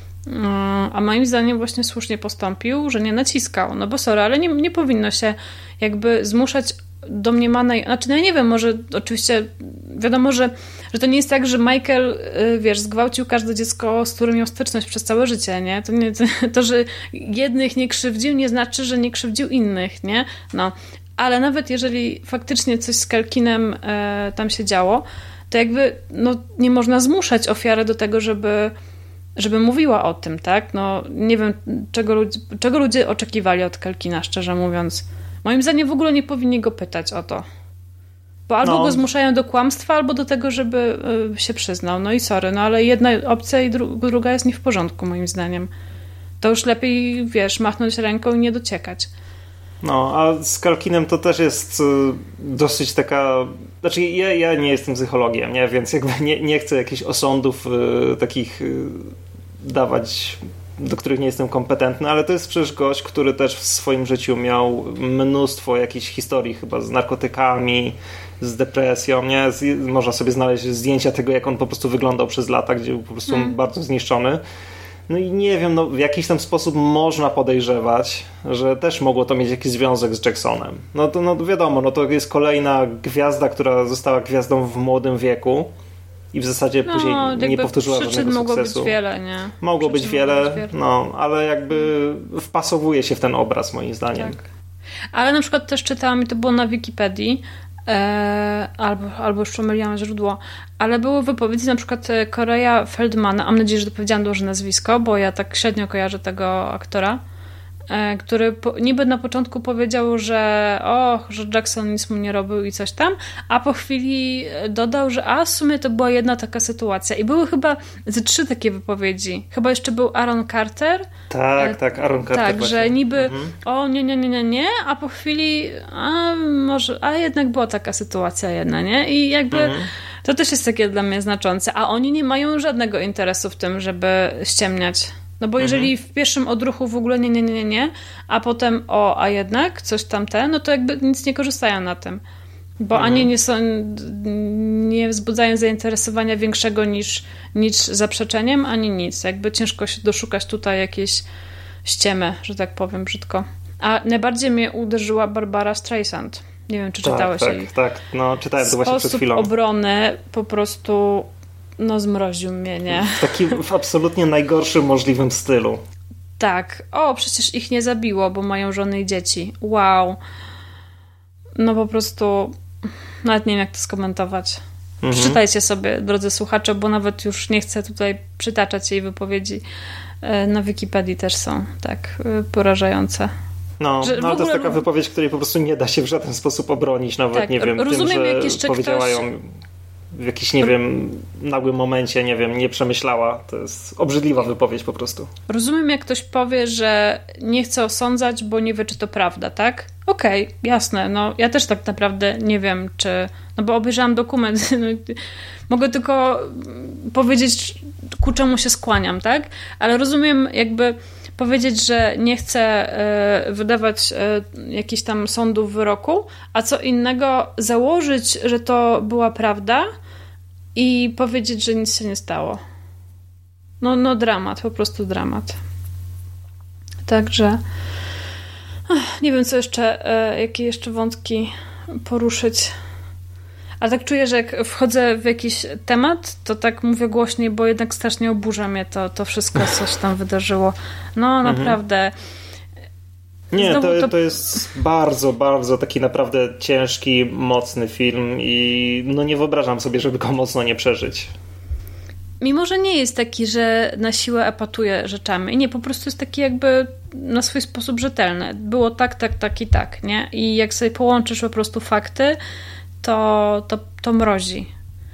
A moim zdaniem właśnie słusznie postąpił, że nie naciskał. No bo sorry, ale nie powinno się jakby zmuszać domniemanej, znaczy no ja nie wiem, może oczywiście wiadomo, że to nie jest tak, że Michael, zgwałcił każde dziecko, z którym miał styczność przez całe życie, nie? To, że jednych nie krzywdził, nie znaczy, że nie krzywdził innych, nie? No, ale nawet jeżeli faktycznie coś z Culkinem tam się działo, to jakby nie można zmuszać ofiary do tego, żeby mówiła o tym, tak? No nie wiem, czego ludzie oczekiwali od Culkina, szczerze mówiąc. Moim zdaniem w ogóle nie powinni go pytać o to. Bo albo go zmuszają do kłamstwa, albo do tego, żeby się przyznał. No i sorry, ale jedna opcja i druga jest nie w porządku, moim zdaniem. To już lepiej, machnąć ręką i nie dociekać. No, a z Culkinem to też jest dosyć taka... Znaczy ja nie jestem psychologiem, nie? Więc jakby nie chcę jakichś osądów takich dawać, do których nie jestem kompetentny, ale to jest przecież gość, który też w swoim życiu miał mnóstwo jakichś historii chyba z narkotykami, z depresją, nie? Można sobie znaleźć zdjęcia tego, jak on po prostu wyglądał przez lata, gdzie był po prostu bardzo zniszczony. No i nie wiem, w jakiś tam sposób można podejrzewać, że też mogło to mieć jakiś związek z Jacksonem. No to wiadomo, to jest kolejna gwiazda, która została gwiazdą w młodym wieku i w zasadzie później nie powtórzyła żadnego sukcesu. Mogło być wiele, nie? Mogło być wiele, ale jakby wpasowuje się w ten obraz, moim zdaniem. Tak. Ale na przykład też czytałam, i to było na Wikipedii, albo już pomyliłam źródło, ale były wypowiedzi na przykład Corey'a Feldmana, mam nadzieję, że dopowiedziałam dobrze nazwisko, bo ja tak średnio kojarzę tego aktora, który niby na początku powiedział, że Jackson nic mu nie robił i coś tam, a po chwili dodał, że w sumie to była jedna taka sytuacja. I były chyba ze 3 takie wypowiedzi. Chyba jeszcze był Aaron Carter. Tak, Aaron Carter. Tak, właśnie. Że niby nie, a po chwili a jednak była taka sytuacja jedna, nie? I jakby to też jest takie dla mnie znaczące. A oni nie mają żadnego interesu w tym, żeby ściemniać. No bo jeżeli w pierwszym odruchu w ogóle nie, a potem a jednak coś no to jakby nic nie korzystają na tym. Bo ani nie wzbudzają zainteresowania większego niż zaprzeczeniem, ani nic. Jakby ciężko się doszukać tutaj jakiejś ściemy, że tak powiem brzydko. A najbardziej mnie uderzyła Barbara Streisand. Nie wiem, czy czytałeś jej. Tak, czytałem to właśnie przed chwilą. Sposób obrony po prostu zmroził mnie, nie? W absolutnie najgorszym możliwym stylu. Tak. Przecież ich nie zabiło, bo mają żony i dzieci. Wow. Po prostu nawet nie wiem, jak to skomentować. Przeczytajcie sobie, drodzy słuchacze, bo nawet już nie chcę tutaj przytaczać jej wypowiedzi. Na Wikipedii też są tak porażające. Ale to jest taka wypowiedź, której po prostu nie da się w żaden sposób obronić, nawet nie wiem, rozumiem, tym, że jak jeszcze powiedziała ktoś... ją w jakiś, nie wiem, nagłym momencie, nie wiem, nie przemyślała. To jest obrzydliwa wypowiedź po prostu. Rozumiem, jak ktoś powie, że nie chce osądzać, bo nie wie, czy to prawda, tak? Okej, jasne. No, ja też tak naprawdę nie wiem, czy... No bo obejrzałam dokument. No, mogę tylko powiedzieć, ku czemu się skłaniam, tak? Ale rozumiem jakby powiedzieć, że nie chcę wydawać jakichś tam sądów, wyroku, a co innego założyć, że to była prawda i powiedzieć, że nic się nie stało. No dramat, po prostu dramat. Także nie wiem, co jeszcze, jakie jeszcze wątki poruszyć. Ale tak czuję, że jak wchodzę w jakiś temat, to tak mówię głośniej, bo jednak strasznie oburza mnie to wszystko, co się tam wydarzyło. No naprawdę. Nie, to jest bardzo, bardzo taki naprawdę ciężki, mocny film i no nie wyobrażam sobie, żeby go mocno nie przeżyć. Mimo, że nie jest taki, że na siłę epatuje rzeczami. Nie, po prostu jest taki jakby na swój sposób rzetelny. Było tak, tak i tak, nie? I jak sobie połączysz po prostu fakty, to mrozi.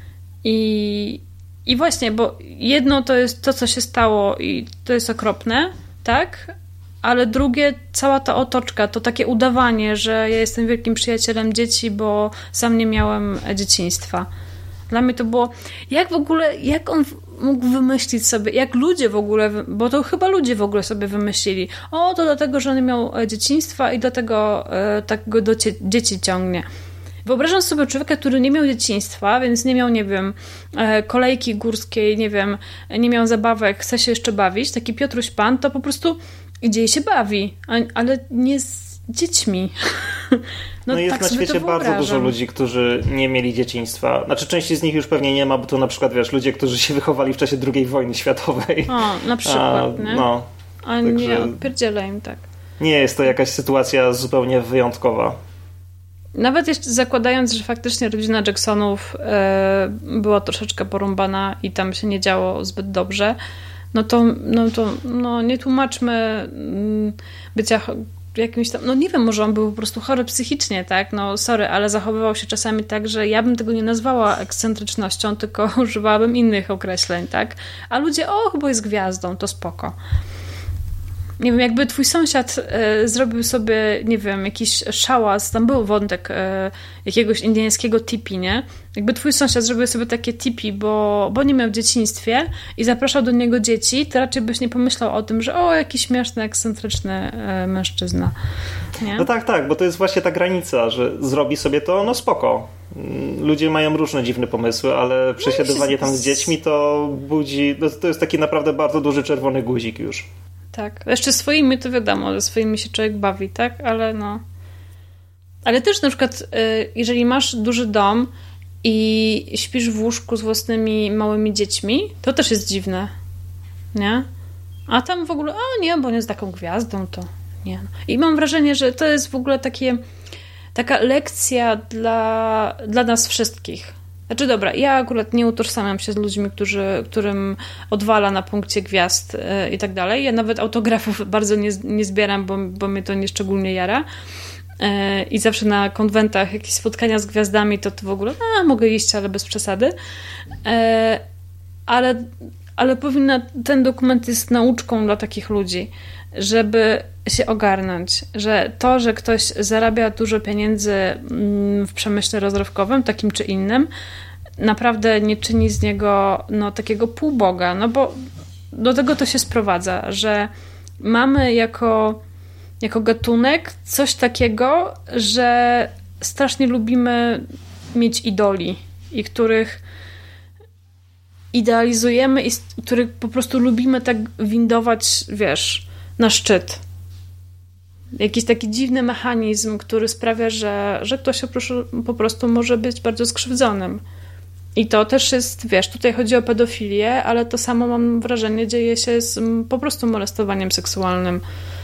I właśnie, bo jedno to jest to, co się stało i to jest okropne, tak? Ale drugie, cała ta otoczka, to takie udawanie, że ja jestem wielkim przyjacielem dzieci, bo sam nie miałem dzieciństwa. Dla mnie to było... Jak on mógł wymyślić sobie, jak ludzie w ogóle, bo to chyba ludzie w ogóle sobie wymyślili. O, to dlatego, że on nie miał dzieciństwa i dlatego tak go do dzieci ciągnie. Wyobrażam sobie człowieka, który nie miał dzieciństwa, więc nie miał, nie wiem, kolejki górskiej, nie wiem, nie miał zabawek, chce się jeszcze bawić. Taki Piotruś Pan to po prostu idzie i się bawi, ale nie z dziećmi. No jest tak na świecie bardzo dużo ludzi, którzy nie mieli dzieciństwa. Znaczy części z nich już pewnie nie ma, bo to na przykład, wiesz, ludzie, którzy się wychowali w czasie II wojny światowej. O, na przykład, nie? No. A także nie, odpierdzielę im tak. Nie jest to jakaś sytuacja zupełnie wyjątkowa. Nawet jeszcze zakładając, że faktycznie rodzina Jacksonów była troszeczkę porąbana i tam się nie działo zbyt dobrze, no to nie tłumaczmy bycia jakimś tam, no nie wiem, może on był po prostu chory psychicznie, tak, no sorry, ale zachowywał się czasami tak, że ja bym tego nie nazwała ekscentrycznością, tylko używałabym innych określeń, tak, a ludzie, chyba jest gwiazdą, to spoko. Nie wiem, jakby twój sąsiad zrobił sobie, nie wiem, jakiś szałas, tam był wątek jakiegoś indyjskiego tipi, nie? Jakby twój sąsiad zrobił sobie takie tipi, bo nie miał w dzieciństwie i zapraszał do niego dzieci, to raczej byś nie pomyślał o tym, że jakiś śmieszny, ekscentryczny mężczyzna. Nie? No tak, bo to jest właśnie ta granica, że zrobi sobie to, no spoko. Ludzie mają różne dziwne pomysły, ale przesiadywanie tam z dziećmi to budzi, to jest taki naprawdę bardzo duży czerwony guzik już. Tak. Jeszcze swoimi to wiadomo, ze swoimi się człowiek bawi, tak? Ale no... Ale też na przykład, jeżeli masz duży dom i śpisz w łóżku z własnymi małymi dziećmi, to też jest dziwne. Nie? A tam w ogóle, nie, bo nie jest taką gwiazdą, to nie. I mam wrażenie, że to jest w ogóle taka lekcja dla nas wszystkich. Znaczy dobra, ja akurat nie utożsamiam się z ludźmi, którym odwala na punkcie gwiazd i tak dalej. Ja nawet autografów bardzo nie zbieram, bo mnie to nie szczególnie jara. I zawsze na konwentach jakieś spotkania z gwiazdami to w ogóle mogę iść, ale bez przesady. Ale ten dokument jest nauczką dla takich ludzi, żeby się ogarnąć, że to, że ktoś zarabia dużo pieniędzy w przemyśle rozrywkowym, takim czy innym, naprawdę nie czyni z niego takiego półboga, no bo do tego to się sprowadza, że mamy jako gatunek coś takiego, że strasznie lubimy mieć idoli i których idealizujemy i których po prostu lubimy tak windować, wiesz, na szczyt. Jakiś taki dziwny mechanizm, który sprawia, że ktoś po prostu może być bardzo skrzywdzonym. I to też jest, wiesz, tutaj chodzi o pedofilię, ale to samo, mam wrażenie, dzieje się z po prostu molestowaniem seksualnym.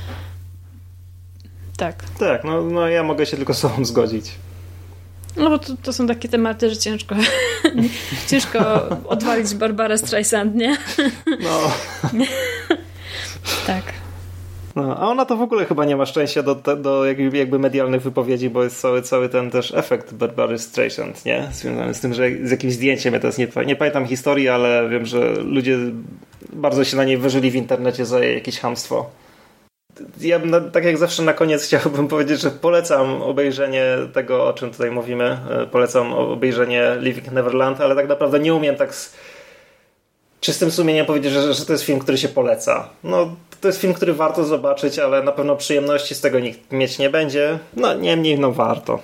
Tak. Tak, no ja mogę się tylko z sobą zgodzić. No bo to są takie tematy, że ciężko odwalić Barbarę Streisand, nie? No. Tak. No, a ona to w ogóle chyba nie ma szczęścia do jakby medialnych wypowiedzi, bo jest cały ten też efekt Barbary Streisand, nie? Związany z tym, że z jakimś zdjęciem, ja teraz nie pamiętam historii, ale wiem, że ludzie bardzo się na niej wyżyli w internecie za jakieś chamstwo. Ja tak jak zawsze na koniec chciałbym powiedzieć, że polecam obejrzenie tego, o czym tutaj mówimy. Polecam obejrzenie Leaving Neverland, ale tak naprawdę nie umiem tak z czystym sumieniem powiedzieć, że to jest film, który się poleca. No, to jest film, który warto zobaczyć, ale na pewno przyjemności z tego nikt mieć nie będzie. No, niemniej, no warto.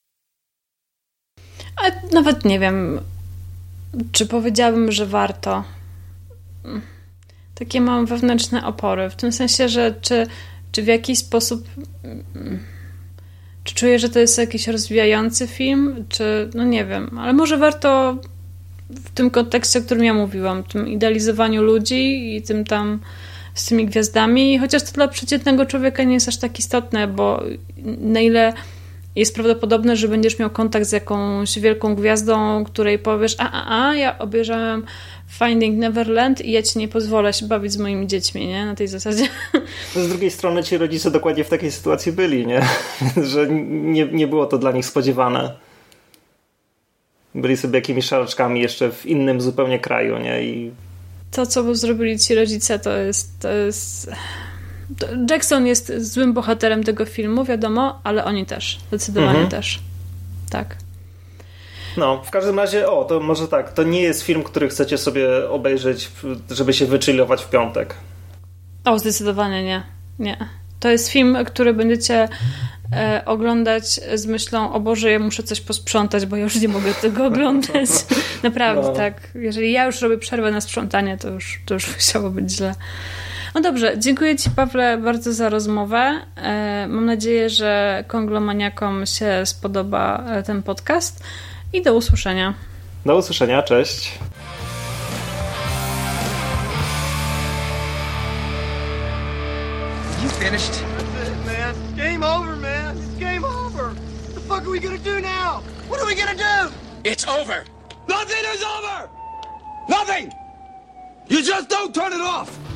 A nawet nie wiem, czy powiedziałabym, że warto. Takie mam wewnętrzne opory. W tym sensie, że czy w jakiś sposób czy czuję, że to jest jakiś rozwijający film, czy no nie wiem, ale może warto w tym kontekście, o którym ja mówiłam, tym idealizowaniu ludzi i tym tam z tymi gwiazdami, chociaż to dla przeciętnego człowieka nie jest aż tak istotne, bo na ile jest prawdopodobne, że będziesz miał kontakt z jakąś wielką gwiazdą, której powiesz, ja obejrzałem Finding Neverland i ja ci nie pozwolę się bawić z moimi dziećmi, nie? Na tej zasadzie. Z drugiej strony ci rodzice dokładnie w takiej sytuacji byli, nie? Że nie było to dla nich spodziewane. Byli sobie jakimiś szaraczkami jeszcze w innym zupełnie kraju, nie? I to, co zrobili ci rodzice, to jest... Jackson jest złym bohaterem tego filmu, wiadomo, ale oni też. Zdecydowanie też. Tak. No, w każdym razie, to może tak, to nie jest film, który chcecie sobie obejrzeć, żeby się wychillować w piątek. Zdecydowanie nie. To jest film, który będziecie oglądać z myślą, o Boże, ja muszę coś posprzątać, bo ja już nie mogę tego oglądać. Naprawdę, tak. Jeżeli ja już robię przerwę na sprzątanie, to już musiało być źle. No dobrze, dziękuję Ci, Pawle, bardzo za rozmowę. Mam nadzieję, że konglomaniakom się spodoba ten podcast i do usłyszenia. Do usłyszenia, cześć. You finished? That's it, man. Game over, man. It's game over. What the fuck are we gonna do now? What are we gonna do? It's over. Nothing is over. Nothing. You just don't turn it off.